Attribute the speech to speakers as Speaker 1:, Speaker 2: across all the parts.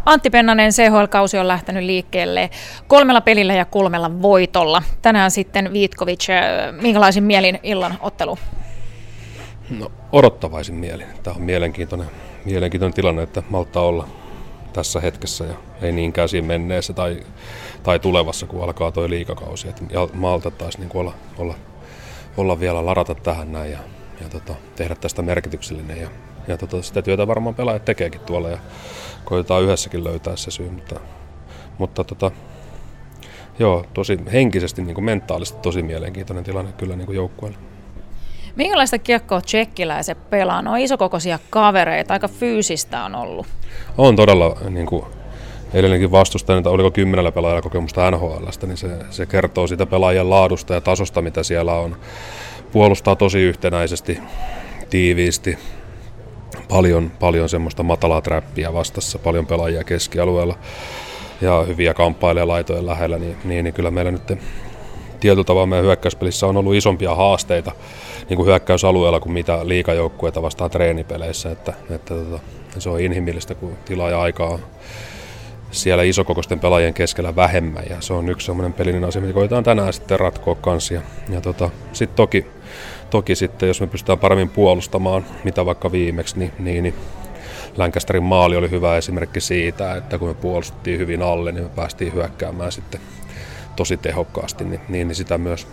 Speaker 1: Antti Pennanen, CHL-kausi on lähtenyt liikkeelle 3 pelillä ja 3 voitolla. Tänään sitten Viitkovic, minkälaisin mielin illan ottelu?
Speaker 2: No, odottavaisin mielin. Tämä on mielenkiintoinen tilanne, että malttaa olla tässä hetkessä ja ei niinkään siinä menneessä tai tulevassa, kun alkaa tuo liigakausi. Ja maltettaisiin niin olla vielä ladata tähän näin ja tehdä tästä merkityksellinen. Ja sitä työtä varmaan pelaajat tekeekin tuolla ja koitetaan yhdessäkin löytää se syy. Mutta joo, tosi henkisesti, niin kuin mentaalisesti tosi mielenkiintoinen tilanne kyllä niin kuin joukkueelle.
Speaker 1: Minkälaista kiekkoa tsekkiläiset pelaa? No isokokoisia kavereita, aika fyysistä on ollut.
Speaker 2: On todella, niin kuin eilenkin vastustajan, että oliko 10 pelaajalla kokemusta NHL:stä, niin se kertoo siitä pelaajien laadusta ja tasosta, mitä siellä on. Puolustaa tosi yhtenäisesti, tiiviisti, paljon semmoista matalaa trappia vastassa, paljon pelaajia keskialueella ja hyviä kamppaileja laitojen lähellä, niin kyllä meillä nyt tietyllä tavalla meidän hyökkäyspelissä on ollut isompia haasteita niin kuin hyökkäysalueella kuin mitä liigajoukkueita vastaan treenipeleissä, että se on inhimillistä, kun tilaa ja aikaa on siellä isokokoisten pelaajien keskellä vähemmän ja se on yksi semmoinen pelinen asia, mitä koetaan tänään sitten ratkoa kanssa ja sitten toki sitten, jos me pystytään paremmin puolustamaan, mitä vaikka viimeksi, niin Lancasterin maali oli hyvä esimerkki siitä, että kun me puolustettiin hyvin alle, niin me päästiin hyökkäämään sitten tosi tehokkaasti, niin sitä myös.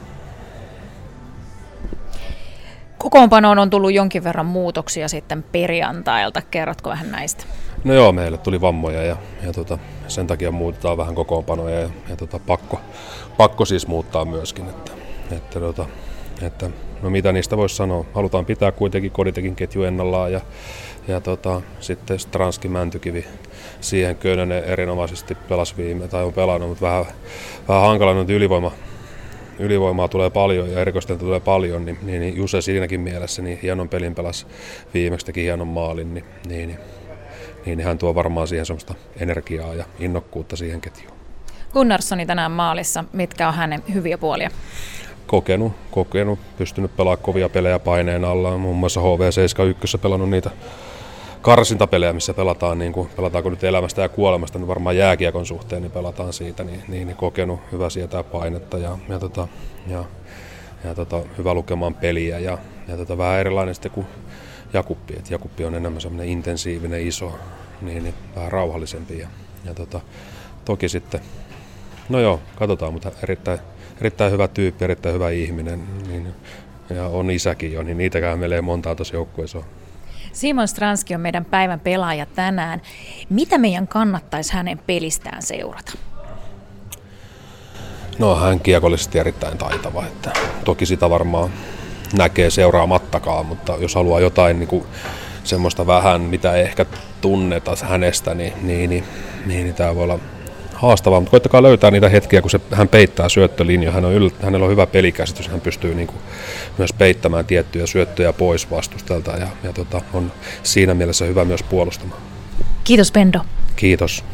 Speaker 1: Kokoonpanoon on tullut jonkin verran muutoksia sitten perjantailta. Kerrotko vähän näistä?
Speaker 2: No joo, meille tuli vammoja ja sen takia muutetaan vähän kokoonpanoja ja pakko siis muuttaa myöskin. Että no mitä niistä voisi sanoa? Halutaan pitää kuitenkin Koditekin ketju ennallaan ja sitten Stranski Mäntykivi siihen Könönen erinomaisesti pelasi on pelannut, mutta vähän hankala nyt ylivoimaa tulee paljon ja erikoistenta tulee paljon, niin Juse siinäkin mielessä niin hienon pelin pelasi viimeksi, teki hienon maalin, niin hän tuo varmaan siihen semmoista energiaa ja innokkuutta siihen ketjuun.
Speaker 1: Gunnarssoni tänään maalissa, mitkä on hänen hyviä puolia?
Speaker 2: Kokenut, pystynyt pelaamaan kovia pelejä paineen alla, muun muassa HV71 pelannut niitä karsintapelejä, missä pelataan, niin kuin, pelataanko nyt elämästä ja kuolemasta, niin varmaan jääkiekon suhteen niin pelataan siitä, niin kokenut, hyvä sietää painetta ja hyvä lukemaan peliä ja vähän erilainen sitten kuin Jakuppi, että Jakuppi on enemmän semmoinen intensiivinen, iso, niin vähän rauhallisempi ja toki sitten, no joo, katsotaan, mutta erittäin hyvä tyyppi, erittäin hyvä ihminen ja on isäkin jo, niin niitäkään meillä ei montaa tuossa joukkueessa ole.
Speaker 1: Simon Stranski on meidän päivän pelaaja tänään. Mitä meidän kannattaisi hänen pelistään seurata?
Speaker 2: No hän kiekollisesti erittäin taitava, että toki sitä varmaan näkee seuraamattakaan, mutta jos haluaa jotain niin kuin semmoista vähän, mitä ei ehkä tunneta hänestä, niin tämä voi olla haastavaa, mutta koittakaa löytää niitä hetkiä, kun hän peittää syöttölinjoja. Hänellä on hyvä pelikäsitys, hän pystyy niin kuin myös peittämään tiettyjä syöttöjä pois vastustajalta ja on siinä mielessä hyvä myös puolustamaan.
Speaker 1: Kiitos Pendo.
Speaker 2: Kiitos.